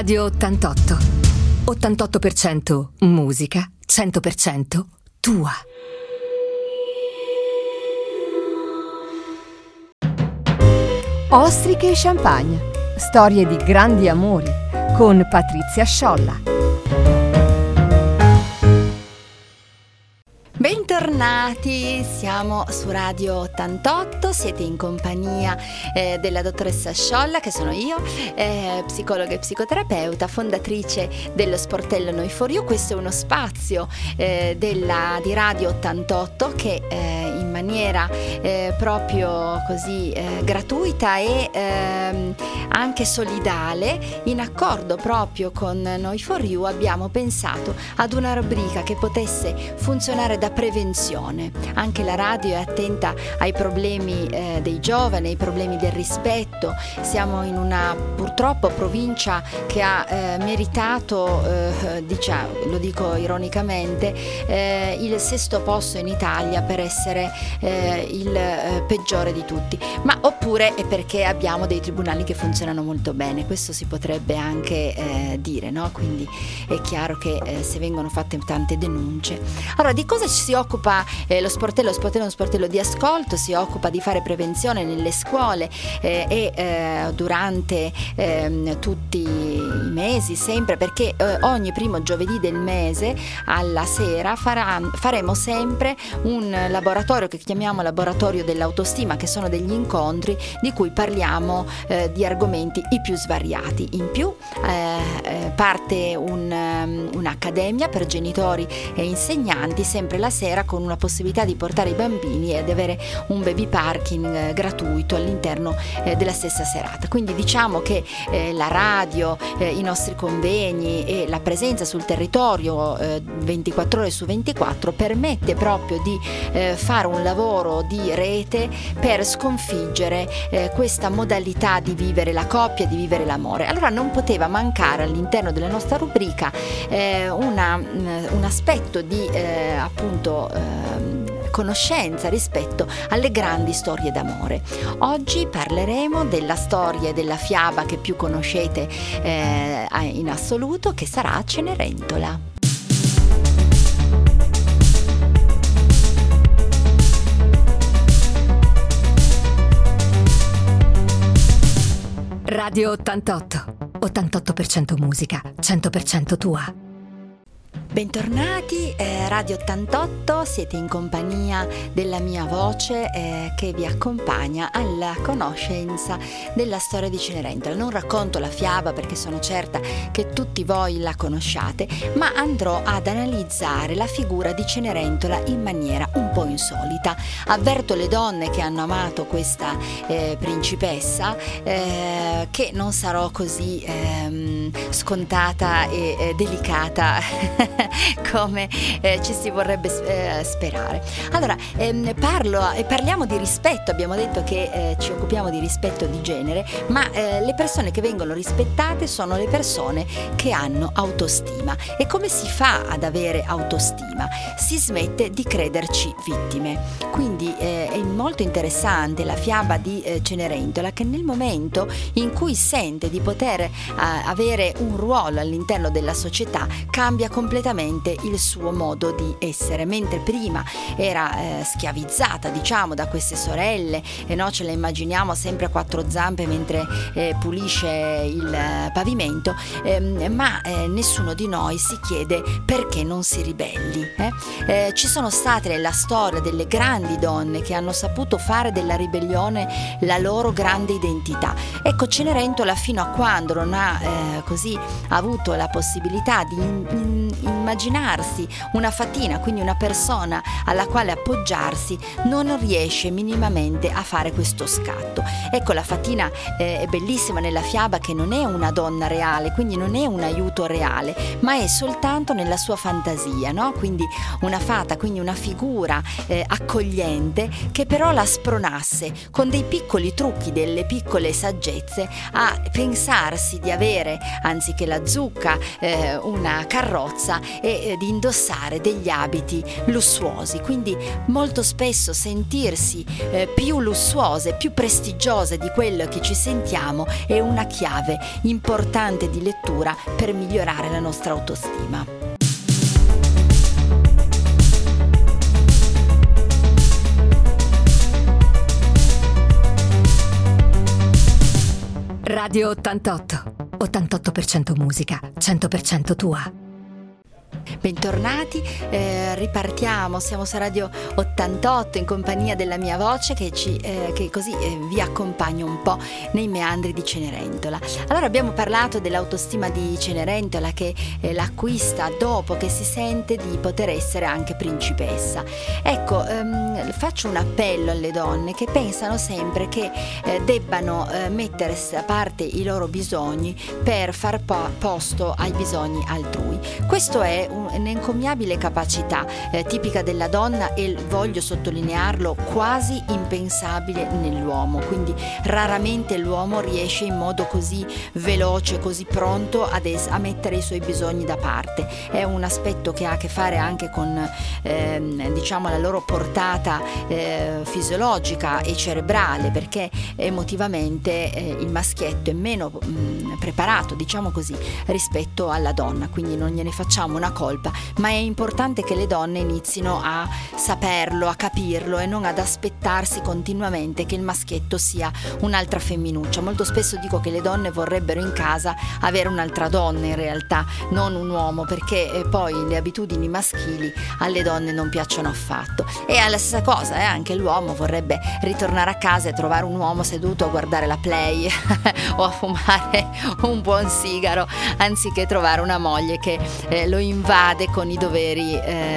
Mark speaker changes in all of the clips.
Speaker 1: Radio 88. 88% musica, 100% tua.
Speaker 2: Ostriche e champagne. Storie di grandi amori con Patrizia Sciolla.
Speaker 3: Bentornati, siamo su Radio 88, siete in compagnia della dottoressa Sciolla, che sono io, psicologa e psicoterapeuta, fondatrice dello sportello Noi For You. Questo è uno spazio di Radio 88 che in maniera proprio così gratuita e anche solidale, in accordo proprio con Noi For You, abbiamo pensato ad una rubrica che potesse funzionare da prevenzione. Anche la radio è attenta ai problemi dei giovani, ai problemi del rispetto. Siamo in una, purtroppo, provincia che ha meritato, diciamo, lo dico ironicamente, il 6° posto in Italia per essere il peggiore di tutti, ma oppure è perché abbiamo dei tribunali che funzionano molto bene. Questo si potrebbe anche dire, no? Quindi è chiaro che se vengono fatte tante denunce. Allora, di cosa si occupa lo sportello? Lo sportello è uno sportello di ascolto, si occupa di fare prevenzione nelle scuole e durante tutti i mesi, sempre, perché ogni primo giovedì del mese alla sera faremo sempre un laboratorio che chiamiamo laboratorio dell'autostima, che sono degli incontri di cui parliamo di argomenti i più svariati. In più parte un'accademia per genitori e insegnanti sempre la sera, con una possibilità di portare i bambini ed avere un baby parking gratuito all'interno della stessa serata. Quindi diciamo che la radio, i nostri convegni e la presenza sul territorio 24 ore su 24 permette proprio di fare un lavoro di rete per sconfiggere questa modalità di vivere la coppia, di vivere l'amore. Allora non poteva mancare all'interno della nostra rubrica un aspetto di conoscenza rispetto alle grandi storie d'amore. Oggi parleremo della storia e della fiaba che più conoscete in assoluto, che sarà Cenerentola.
Speaker 1: Radio 88. 88% musica, 100% tua.
Speaker 3: Bentornati, Radio 88, siete in compagnia della mia voce che vi accompagna alla conoscenza della storia di Cenerentola. Non racconto la fiaba perché sono certa che tutti voi la conosciate, ma andrò ad analizzare la figura di Cenerentola in maniera un po' insolita. Avverto le donne che hanno amato questa principessa che non sarò così scontata e delicata come ci si vorrebbe sperare. Allora, parliamo di rispetto. Abbiamo detto che ci occupiamo di rispetto di genere, ma le persone che vengono rispettate sono le persone che hanno autostima. E come si fa ad avere autostima? Si smette di crederci vittime. Quindi è molto interessante la fiaba di Cenerentola, che nel momento in cui sente di poter avere un ruolo all'interno della società cambia completamente il suo modo di essere. Mentre prima era schiavizzata, diciamo, da queste sorelle, e no, ce la immaginiamo sempre a 4 zampe mentre pulisce il pavimento, ma nessuno di noi si chiede perché non si ribelli. Ci sono state nella storia delle grandi donne che hanno saputo fare della ribellione la loro grande identità. Ecco, Cenerentola, fino a quando non ha così avuto la possibilità di immaginarsi una fatina, quindi una persona alla quale appoggiarsi, non riesce minimamente a fare questo scatto. Ecco, la fatina è bellissima nella fiaba, che non è una donna reale, quindi non è un aiuto reale, ma è soltanto nella sua fantasia, no? Quindi una fata, quindi una figura accogliente, che però la spronasse con dei piccoli trucchi, delle piccole saggezze, a pensarsi di avere, anziché la zucca, una carrozza, e di indossare degli abiti lussuosi, quindi molto spesso sentirsi più lussuose, più prestigiose di quello che ci sentiamo è una chiave importante di lettura per migliorare la nostra autostima.
Speaker 1: Radio 88. 88% musica, 100% tua.
Speaker 3: Bentornati, ripartiamo, siamo su Radio 88 in compagnia della mia voce che così vi accompagno un po' nei meandri di Cenerentola. Allora abbiamo parlato dell'autostima di Cenerentola che l'acquista dopo che si sente di poter essere anche principessa. Ecco, faccio un appello alle donne che pensano sempre che debbano mettere da parte i loro bisogni per far posto ai bisogni altrui. Questo è un'encomiabile capacità tipica della donna e voglio sottolinearlo quasi impensabile nell'uomo, quindi raramente l'uomo riesce in modo così veloce, così pronto a mettere i suoi bisogni da parte. È un aspetto che ha a che fare anche con diciamo la loro portata fisiologica e cerebrale, perché emotivamente il maschietto è meno preparato, diciamo così, rispetto alla donna, quindi non gliene facciamo una colpa, ma è importante che le donne inizino a saperlo, a capirlo e non ad aspettarsi continuamente che il maschietto sia un'altra femminuccia. Molto spesso dico che le donne vorrebbero in casa avere un'altra donna, in realtà non un uomo, perché poi le abitudini maschili alle donne non piacciono affatto. E alla stessa cosa, anche l'uomo vorrebbe ritornare a casa e trovare un uomo seduto a guardare la Play o a fumare un buon sigaro, anziché trovare una moglie che lo invade con i doveri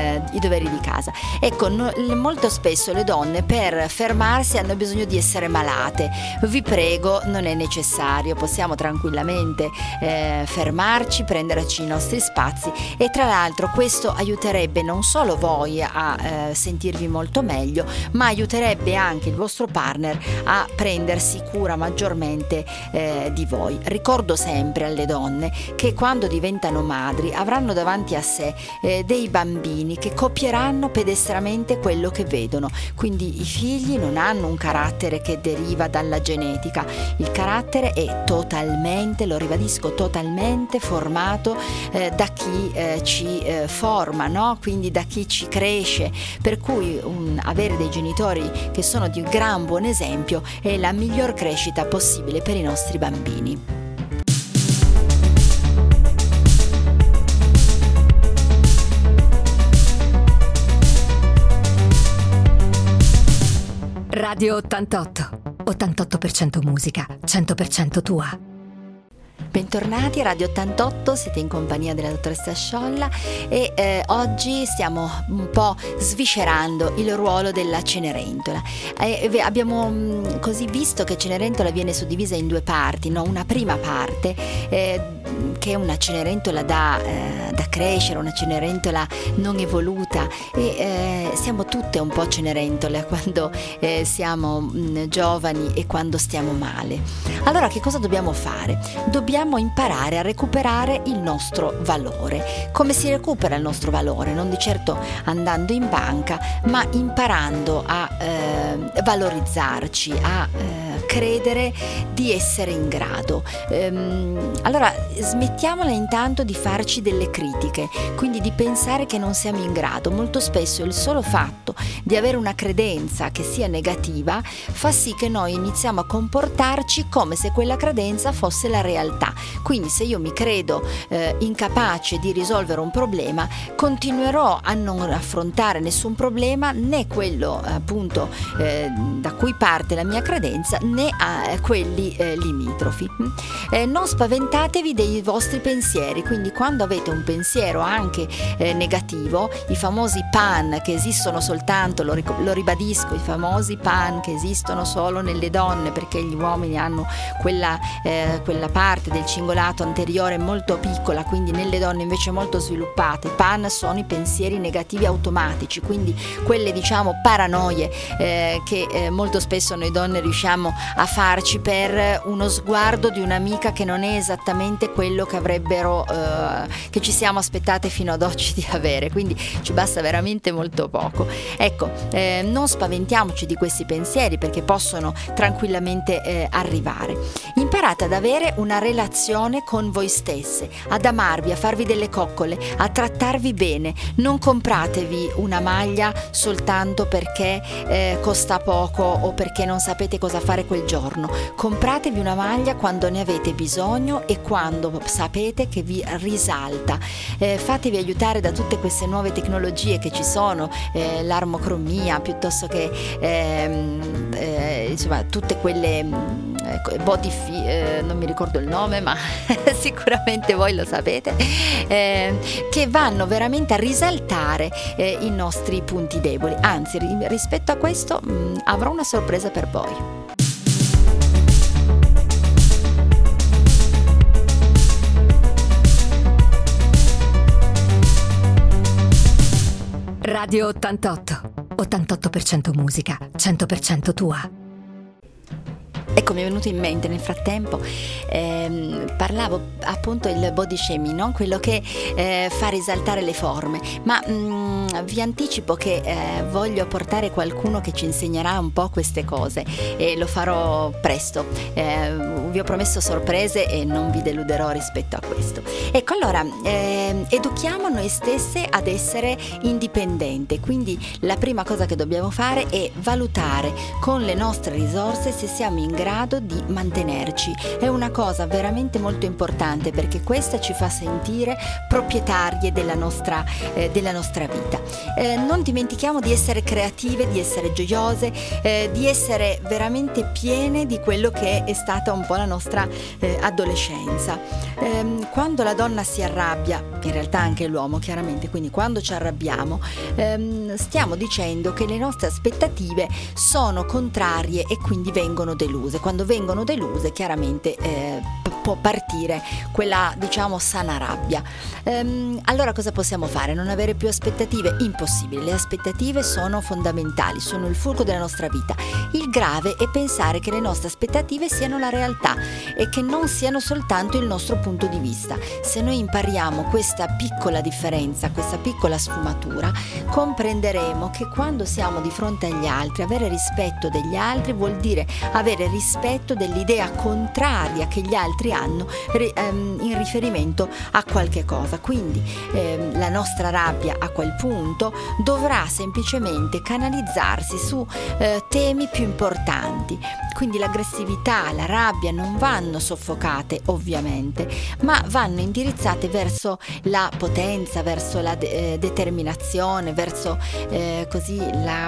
Speaker 3: di casa. Ecco, molto spesso le donne per fermarsi hanno bisogno di essere malate. Vi prego, non è necessario, possiamo tranquillamente fermarci, prenderci i nostri spazi e tra l'altro questo aiuterebbe non solo voi a sentirvi molto meglio, ma aiuterebbe anche il vostro partner a prendersi cura maggiormente di voi. Ricordo sempre alle donne che quando diventano madri avranno davanti a sé dei bambini che copieranno pedestramente quello che vedono, quindi i figli non hanno un carattere che deriva dalla genetica, il carattere è totalmente, lo ribadisco, totalmente formato da chi ci forma, no? Quindi da chi ci cresce, per cui avere dei genitori che sono di un gran buon esempio è la miglior crescita possibile per i nostri bambini.
Speaker 1: Radio 88. 88% musica, 100% tua.
Speaker 3: Bentornati a Radio 88, siete in compagnia della dottoressa Sciolla e oggi stiamo un po' sviscerando il ruolo della Cenerentola. Abbiamo così visto che Cenerentola viene suddivisa in due parti, no? Una prima parte che è una Cenerentola da crescere, una Cenerentola non evoluta e siamo tutte un po' Cenerentole quando siamo giovani e quando stiamo male. Allora che cosa dobbiamo fare? Dobbiamo imparare a recuperare il nostro valore. Come si recupera il nostro valore? Non di certo andando in banca, ma imparando a valorizzarci, a credere di essere in grado. Allora smettiamola intanto di farci delle critiche, quindi di pensare che non siamo in grado. Molto spesso il solo fatto di avere una credenza che sia negativa fa sì che noi iniziamo a comportarci come se quella credenza fosse la realtà. Quindi se io mi credo incapace di risolvere un problema, continuerò a non affrontare nessun problema, né quello appunto da cui parte la mia credenza, né a quelli limitrofi. Non spaventatevi dei vostri pensieri, quindi quando avete un pensiero anche negativo, i famosi pan che esistono soltanto, lo ribadisco, i famosi pan che esistono solo nelle donne, perché gli uomini hanno quella parte del cingolato anteriore molto piccola, quindi nelle donne invece molto sviluppate. Pan sono i pensieri negativi automatici, quindi quelle diciamo paranoie che molto spesso noi donne riusciamo a farci per uno sguardo di un'amica che non è esattamente quello che che ci siamo aspettate fino ad oggi di avere, quindi ci basta veramente molto poco. Ecco, non spaventiamoci di questi pensieri, perché possono tranquillamente arrivare. Imparate ad avere una relazione con voi stesse, ad amarvi, a farvi delle coccole, a trattarvi bene. Non compratevi una maglia soltanto perché costa poco o perché non sapete cosa fare quel giorno. Compratevi una maglia quando ne avete bisogno e quando sapete che vi risalta. Fatevi aiutare da tutte queste nuove tecnologie che ci sono, l'armocromia, piuttosto che insomma tutte quelle non mi ricordo il nome, ma sicuramente voi lo sapete, che vanno veramente a risaltare i nostri punti deboli. Anzi, rispetto a questo avrò una sorpresa per voi.
Speaker 1: Radio 88. 88% musica, 100% tua.
Speaker 3: Ecco, mi è venuto in mente nel frattempo, parlavo appunto il body shaming, no? Quello che fa risaltare le forme, ma vi anticipo che voglio portare qualcuno che ci insegnerà un po' queste cose e lo farò presto. Vi ho promesso sorprese e non vi deluderò rispetto a questo. Ecco, allora, educhiamo noi stesse ad essere indipendenti, quindi la prima cosa che dobbiamo fare è valutare con le nostre risorse se siamo in grado di mantenerci. È una cosa veramente molto importante, perché questa ci fa sentire proprietarie della nostra vita. Non dimentichiamo di essere creative, di essere gioiose, di essere veramente piene di quello che è stata un po' la nostra adolescenza. Quando la donna si arrabbia, in realtà anche l'uomo chiaramente, quindi quando ci arrabbiamo stiamo dicendo che le nostre aspettative sono contrarie e quindi vengono deluse. Quando vengono deluse chiaramente può partire quella, diciamo, sana rabbia. Allora cosa possiamo fare? Non avere più aspettative? Impossibile. Le aspettative sono fondamentali, sono il fulcro della nostra vita. Il grave è pensare che le nostre aspettative siano la realtà e che non siano soltanto il nostro punto di vista. Se noi impariamo questa piccola differenza, questa piccola sfumatura, comprenderemo che quando siamo di fronte agli altri, avere rispetto degli altri vuol dire avere rispetto dell'idea contraria che gli altri hanno in riferimento a qualche cosa. Quindi la nostra rabbia a quel punto dovrà semplicemente canalizzarsi su temi più importanti. Quindi l'aggressività, la rabbia non vanno soffocate ovviamente, ma vanno indirizzate verso la potenza, verso la determinazione, verso così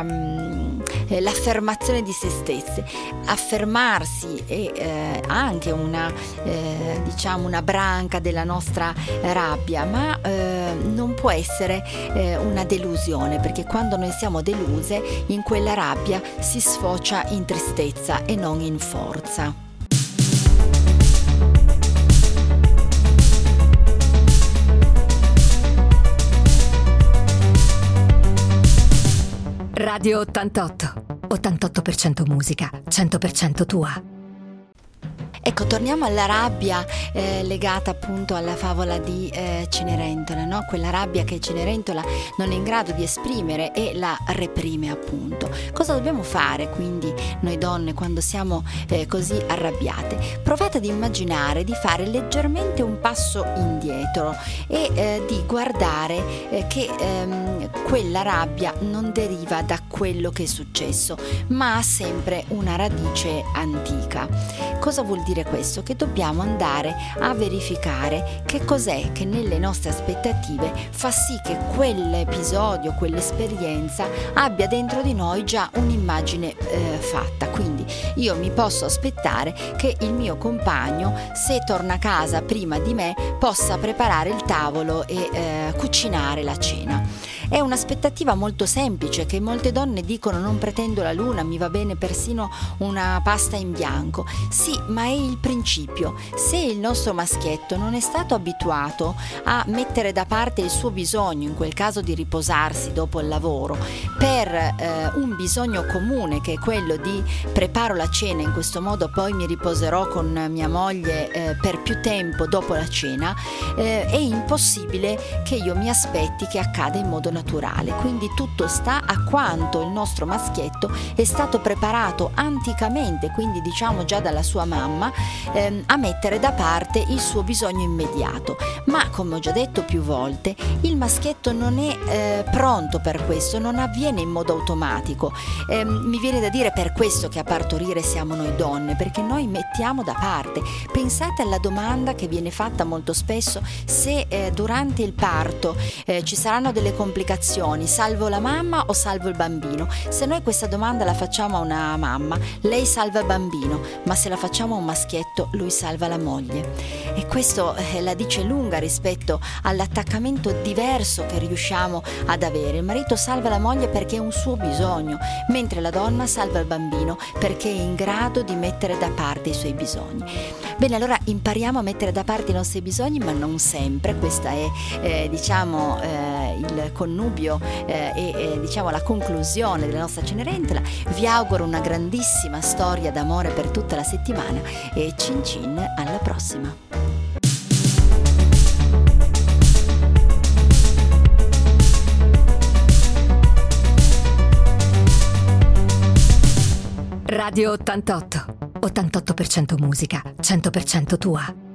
Speaker 3: l'affermazione di se stesse. Affermarsi è anche una branca della nostra rabbia, ma non può essere una delusione, perché quando noi siamo deluse, in quella rabbia si sfocia in tristezza e non in forza.
Speaker 1: Radio 88. 88% musica, 100% tua.
Speaker 3: Ecco, torniamo alla rabbia legata appunto alla favola di Cenerentola, no? Quella rabbia che Cenerentola non è in grado di esprimere e la reprime appunto. Cosa dobbiamo fare quindi noi donne quando siamo così arrabbiate? Provate ad immaginare di fare leggermente un passo indietro e di guardare che quella rabbia non deriva da quello che è successo, ma ha sempre una radice antica. Cosa vuol dire questo? Che dobbiamo andare a verificare che cos'è che nelle nostre aspettative fa sì che quell'episodio, quell'esperienza abbia dentro di noi già un'immagine fatta. Quindi io mi posso aspettare che il mio compagno, se torna a casa prima di me, possa preparare il tavolo e cucinare la cena. È un'aspettativa molto semplice che molte donne dicono: non pretendo la luna, mi va bene persino una pasta in bianco. Sì, ma è il principio: se il nostro maschietto non è stato abituato a mettere da parte il suo bisogno, in quel caso di riposarsi dopo il lavoro, per un bisogno comune, che è quello di preparo la cena, in questo modo poi mi riposerò con mia moglie per più tempo dopo la cena, è impossibile che io mi aspetti che accada in modo naturale. Quindi tutto sta a quanto il nostro maschietto è stato preparato anticamente, quindi diciamo già dalla sua mamma, a mettere da parte il suo bisogno immediato. Ma come ho già detto più volte, il maschietto non è pronto per questo, non avviene in modo automatico. Mi viene da dire per questo che a partorire siamo noi donne, perché noi mettiamo da parte. Pensate alla domanda che viene fatta molto spesso: se durante il parto ci saranno delle complicazioni, salvo la mamma o salvo il bambino? Se noi questa domanda la facciamo a una mamma, lei salva il bambino, ma se la facciamo a un maschietto, lui salva la moglie. E questo la dice lunga rispetto all'attaccamento diverso che riusciamo ad avere. Il marito salva la moglie perché è un suo bisogno, mentre la donna salva il bambino perché è in grado di mettere da parte i suoi bisogni. Bene, allora impariamo a mettere da parte i nostri bisogni, ma non sempre. Questa è il connubio e diciamo la conclusione della nostra Cenerentola. Vi auguro una grandissima storia d'amore per tutta la settimana e cin cin, alla prossima.
Speaker 1: Radio 88. 88% musica, 100% tua.